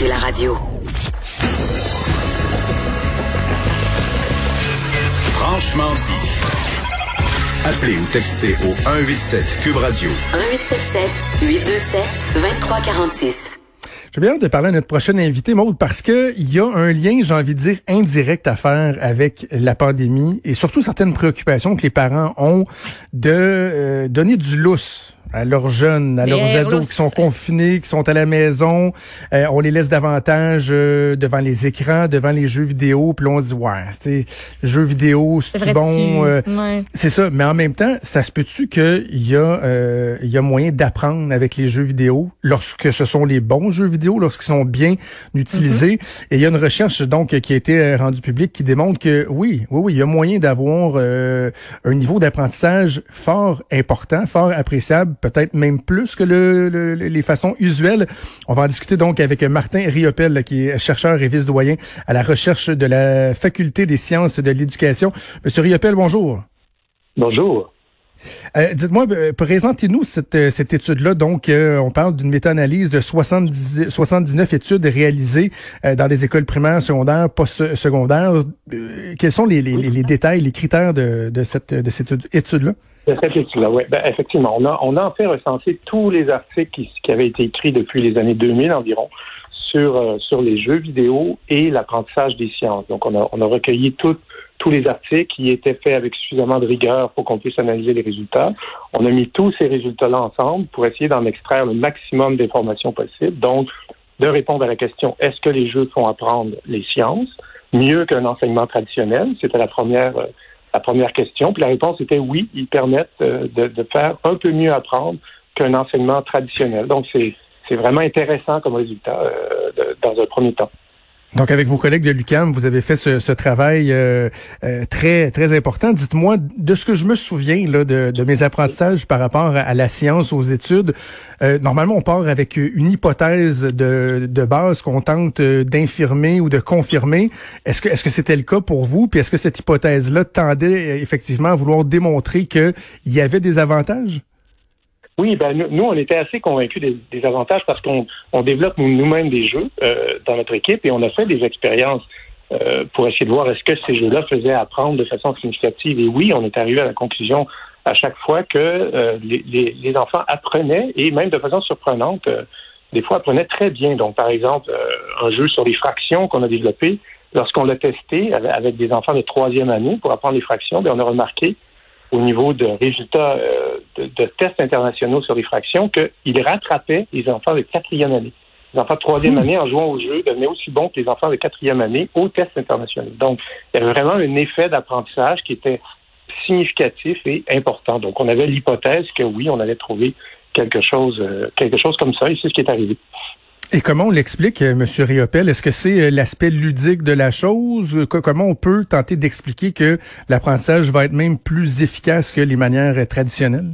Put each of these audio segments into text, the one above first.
écoutez la radio. Franchement dit. Appelez ou textez au 187 Cube Radio. 1877-827-2346. J'ai bien hâte de parler à notre prochaine invité, Maude, parce que il y a un lien, j'ai envie de dire, indirect à faire avec la pandémie et surtout certaines préoccupations que les parents ont de donner du lousse à leurs jeunes, à leurs ados qui sont confinés, qui sont à la maison. On les laisse davantage devant les écrans, devant les jeux vidéo. Puis là, on se dit, ouais, c'est jeux vidéo, c'est bon. Ouais. C'est ça. Mais en même temps, ça se peut-tu qu'il y a moyen d'apprendre avec les jeux vidéo lorsque ce sont les bons jeux vidéo, lorsqu'ils sont bien utilisés. Et il y a une recherche donc qui a été rendue publique qui démontre que oui, il y a moyen d'avoir un niveau d'apprentissage fort important, fort appréciable, peut-être même plus que les façons usuelles. On va en discuter donc avec Martin Riopel, là, qui est chercheur et vice-doyen à la recherche de la Faculté des sciences de l'éducation. Monsieur Riopel, bonjour. Bonjour. Dites-moi, présentez-nous cette étude-là. Donc, on parle d'une méta-analyse de 79 études réalisées dans des écoles primaires, secondaires, post-secondaires. Quels sont les détails, les critères de cette étude-là? De cette étude-là, oui. Effectivement, on a en fait recensé tous les articles qui avaient été écrits depuis les années 2000 environ sur les jeux vidéo et l'apprentissage des sciences. Donc, on a recueilli tous les articles qui étaient faits avec suffisamment de rigueur pour qu'on puisse analyser les résultats. On a mis tous ces résultats-là ensemble pour essayer d'en extraire le maximum d'informations possibles. Donc, de répondre à la question, est-ce que les jeux font apprendre les sciences mieux qu'un enseignement traditionnel? C'était la première question. Puis la réponse était oui, ils permettent de faire un peu mieux apprendre qu'un enseignement traditionnel. Donc, c'est vraiment intéressant comme résultat dans un premier temps. Donc, avec vos collègues de l'UQAM, vous avez fait ce travail très très important. Dites-moi, de ce que je me souviens là de mes apprentissages par rapport à la science, aux études, normalement, on part avec une hypothèse de base qu'on tente d'infirmer ou de confirmer. Est-ce que c'était le cas pour vous? Puis est-ce que cette hypothèse-là tendait effectivement à vouloir démontrer qu'il y avait des avantages? Oui, nous, on était assez convaincus des avantages parce qu'on développe nous-mêmes des jeux dans notre équipe et on a fait des expériences pour essayer de voir est-ce que ces jeux-là faisaient apprendre de façon significative. Et oui, on est arrivé à la conclusion à chaque fois que les enfants apprenaient et même de façon surprenante, des fois apprenaient très bien. Donc, par exemple, un jeu sur les fractions qu'on a développé, lorsqu'on l'a testé avec des enfants de 3e année pour apprendre les fractions, on a remarqué au niveau de résultats de tests internationaux sur les fractions, qu'ils rattrapaient les enfants de 4e année. Les enfants de 3e année, en jouant au jeu, devenaient aussi bons que les enfants de 4e année aux tests internationaux. Donc, il y avait vraiment un effet d'apprentissage qui était significatif et important. Donc, on avait l'hypothèse que oui, on allait trouver quelque chose comme ça, et c'est ce qui est arrivé. Et comment on l'explique, M. Riopel? Est-ce que c'est l'aspect ludique de la chose? Comment on peut tenter d'expliquer que l'apprentissage va être même plus efficace que les manières traditionnelles?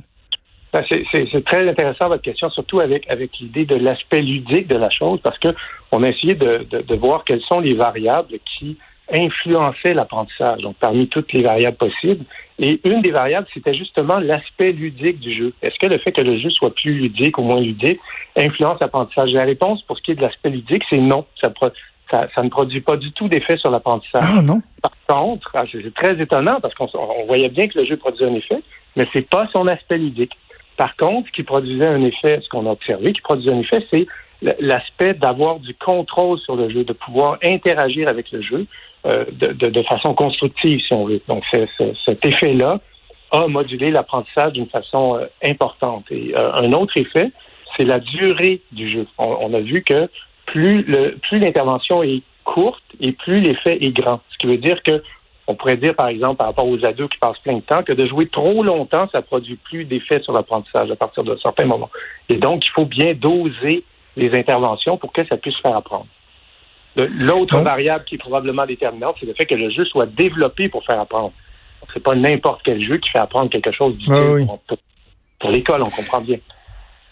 C'est très intéressant votre question, surtout avec l'idée de l'aspect ludique de la chose, parce que on a essayé de voir quelles sont les variables qui influençaient l'apprentissage, donc parmi toutes les variables possibles. Et une des variables, c'était justement l'aspect ludique du jeu. Est-ce que le fait que le jeu soit plus ludique ou moins ludique influence l'apprentissage? La réponse, pour ce qui est de l'aspect ludique, c'est non. Ça ne produit pas du tout d'effet sur l'apprentissage. Ah non? Par contre, c'est très étonnant parce qu'on voyait bien que le jeu produisait un effet, mais c'est pas son aspect ludique. Par contre, ce qui produisait un effet, ce qu'on a observé, qui produisait un effet, c'est l'aspect d'avoir du contrôle sur le jeu, de pouvoir interagir avec le jeu de façon constructive, si on veut. Donc, cet effet-là a modulé l'apprentissage d'une façon importante. Et un autre effet, c'est la durée du jeu. On a vu que plus l'intervention est courte et plus l'effet est grand. Ce qui veut dire que on pourrait dire, par exemple, par rapport aux ados qui passent plein de temps, que de jouer trop longtemps, ça produit plus d'effet sur l'apprentissage à partir d'un certain moment. Et donc, il faut bien doser les interventions pour que ça puisse faire apprendre. L'autre variable qui est probablement déterminante, c'est le fait que le jeu soit développé pour faire apprendre. C'est pas n'importe quel jeu qui fait apprendre quelque chose d'utile pour l'école, on comprend bien.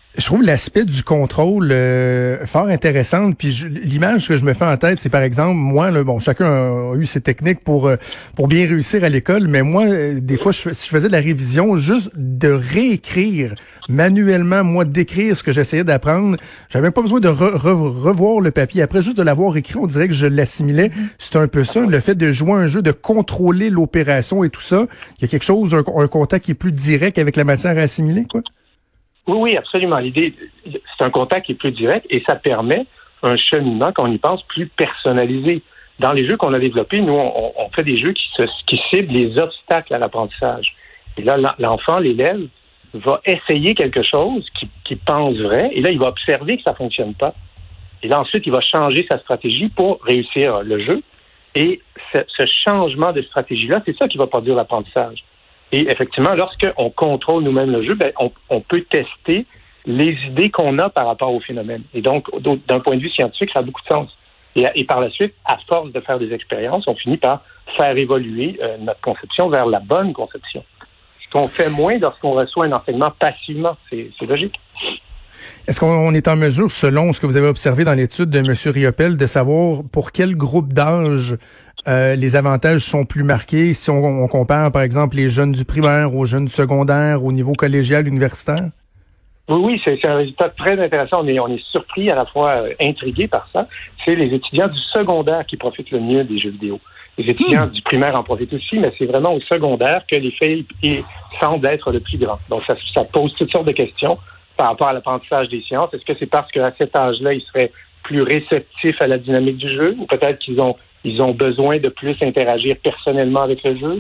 Je trouve l'aspect du contrôle fort intéressant. Puis l'image que je me fais en tête, c'est par exemple, moi, là, bon, chacun a eu ses techniques pour bien réussir à l'école, mais moi, des fois, si je faisais de la révision, juste de réécrire manuellement, moi, d'écrire ce que j'essayais d'apprendre, j'avais même pas besoin de revoir le papier. Après, juste de l'avoir écrit, on dirait que je l'assimilais. C'est un peu ça, le fait de jouer un jeu, de contrôler l'opération et tout ça. Il y a quelque chose, un contact qui est plus direct avec la matière à assimiler, quoi. Oui, absolument. L'idée, c'est un contact qui est plus direct et ça permet un cheminement, quand on y pense, plus personnalisé. Dans les jeux qu'on a développés, nous, on fait des jeux qui ciblent les obstacles à l'apprentissage. Et là, l'enfant, l'élève, va essayer quelque chose qu'il pense vrai, et là, il va observer que ça fonctionne pas. Et là, ensuite, il va changer sa stratégie pour réussir le jeu. Et ce changement de stratégie-là, c'est ça qui va produire l'apprentissage. Et effectivement, lorsqu'on contrôle nous-mêmes le jeu, on peut tester les idées qu'on a par rapport au phénomène. Et donc, d'un point de vue scientifique, ça a beaucoup de sens. Et par la suite, à force de faire des expériences, on finit par faire évoluer notre conception vers la bonne conception. Ce qu'on fait moins lorsqu'on reçoit un enseignement passivement. C'est logique. Est-ce qu'on est en mesure, selon ce que vous avez observé dans l'étude de M. Riopel, de savoir pour quel groupe d'âge les avantages sont plus marqués si on compare, par exemple, les jeunes du primaire aux jeunes du secondaire, au niveau collégial, universitaire? Oui, c'est un résultat très intéressant. On est surpris, à la fois intrigué par ça. C'est les étudiants du secondaire qui profitent le mieux des jeux vidéo. Les étudiants du primaire en profitent aussi, mais c'est vraiment au secondaire que l'effet semble être le plus grand. Donc, ça pose toutes sortes de questions par rapport à l'apprentissage des sciences. Est-ce que c'est parce qu'à cet âge-là, ils seraient plus réceptifs à la dynamique du jeu, ou peut-être qu'ils ont besoin de plus interagir personnellement avec le jeu?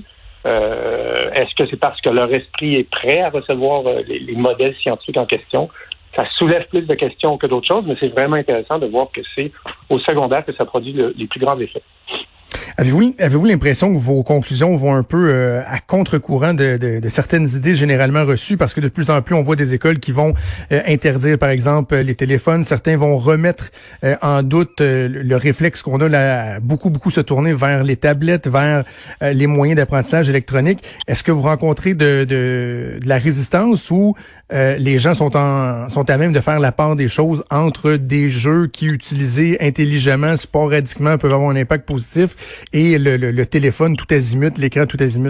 Est-ce que c'est parce que leur esprit est prêt à recevoir les modèles scientifiques en question? Ça soulève plus de questions que d'autres choses, mais c'est vraiment intéressant de voir que c'est au secondaire que ça produit les plus grands effets. Avez-vous l'impression que vos conclusions vont un peu à contre-courant de certaines idées généralement reçues, parce que de plus en plus on voit des écoles qui vont interdire par exemple les téléphones, certains vont remettre en doute le réflexe qu'on a là, beaucoup se tourner vers les tablettes, vers les moyens d'apprentissage électronique. Est-ce que vous rencontrez de la résistance ou les gens sont à même de faire la part des choses entre des jeux qui, utilisés intelligemment, sporadiquement, peuvent avoir un impact positif, et le téléphone tout azimut, l'écran tout azimut?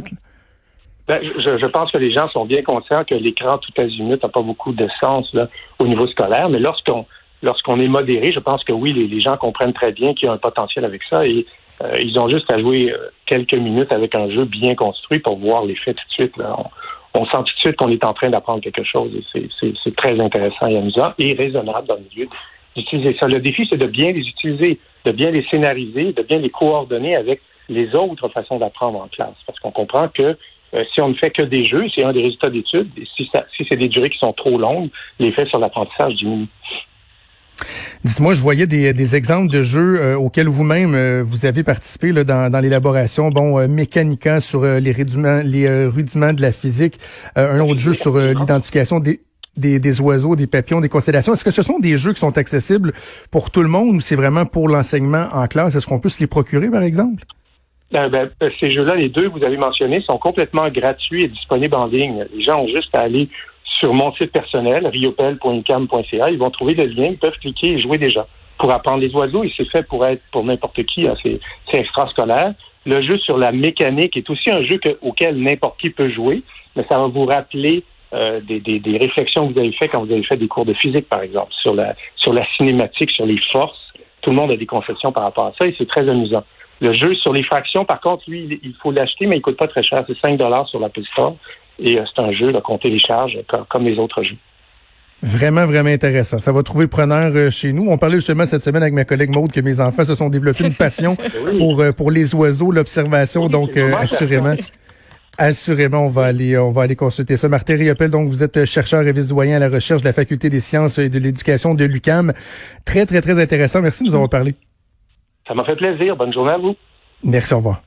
Je pense que les gens sont bien conscients que l'écran tout azimut n'a pas beaucoup de sens là, au niveau scolaire, mais lorsqu'on est modéré, je pense que oui, les gens comprennent très bien qu'il y a un potentiel avec ça, et ils ont juste à jouer quelques minutes avec un jeu bien construit pour voir l'effet tout de suite. Là. On sent tout de suite qu'on est en train d'apprendre quelque chose, et c'est très intéressant et amusant et raisonnable dans le milieu d'utiliser ça. Le défi, c'est de bien les utiliser, de bien les scénariser, de bien les coordonner avec les autres façons d'apprendre en classe. Parce qu'on comprend que si on ne fait que des jeux, c'est un des résultats d'études, et si c'est des durées qui sont trop longues, l'effet sur l'apprentissage diminue. Dites-moi, je voyais des exemples de jeux auxquels vous-même vous avez participé là, dans l'élaboration. Bon, Mécanica sur les rudiments de la physique, un autre jeu sur l'identification des oiseaux, des papillons, des constellations. Est-ce que ce sont des jeux qui sont accessibles pour tout le monde, ou c'est vraiment pour l'enseignement en classe? Est-ce qu'on peut se les procurer, par exemple? Ces jeux-là, les deux que vous avez mentionnés, sont complètement gratuits et disponibles en ligne. Les gens ont juste à aller sur mon site personnel, riopel.ucam.ca. Ils vont trouver le lien, ils peuvent cliquer et jouer déjà. Pour apprendre les oiseaux, et c'est fait pour n'importe qui, hein, c'est extrascolaire. Le jeu sur la mécanique est aussi un jeu auquel n'importe qui peut jouer, mais ça va vous rappeler des réflexions que vous avez faites quand vous avez fait des cours de physique, par exemple, sur la cinématique, sur les forces. Tout le monde a des conceptions par rapport à ça, et c'est très amusant. Le jeu sur les fractions, par contre, lui, il faut l'acheter, mais il coûte pas très cher. C'est 5$ sur l'Apple Store. Et c'est un jeu qu'on télécharge comme les autres jeux. Vraiment intéressant. Ça va trouver preneur chez nous. On parlait justement cette semaine avec ma collègue Maude que mes enfants se sont développés une passion pour les oiseaux, l'observation. Oui, donc, assurément, on va aller consulter ça. Martin Riopel, donc, vous êtes chercheur et vice-doyen à la recherche de la Faculté des sciences et de l'éducation de l'UQAM. Très intéressant. Merci de nous avoir parlé. Ça m'a fait plaisir. Bonne journée à vous. Merci, au revoir.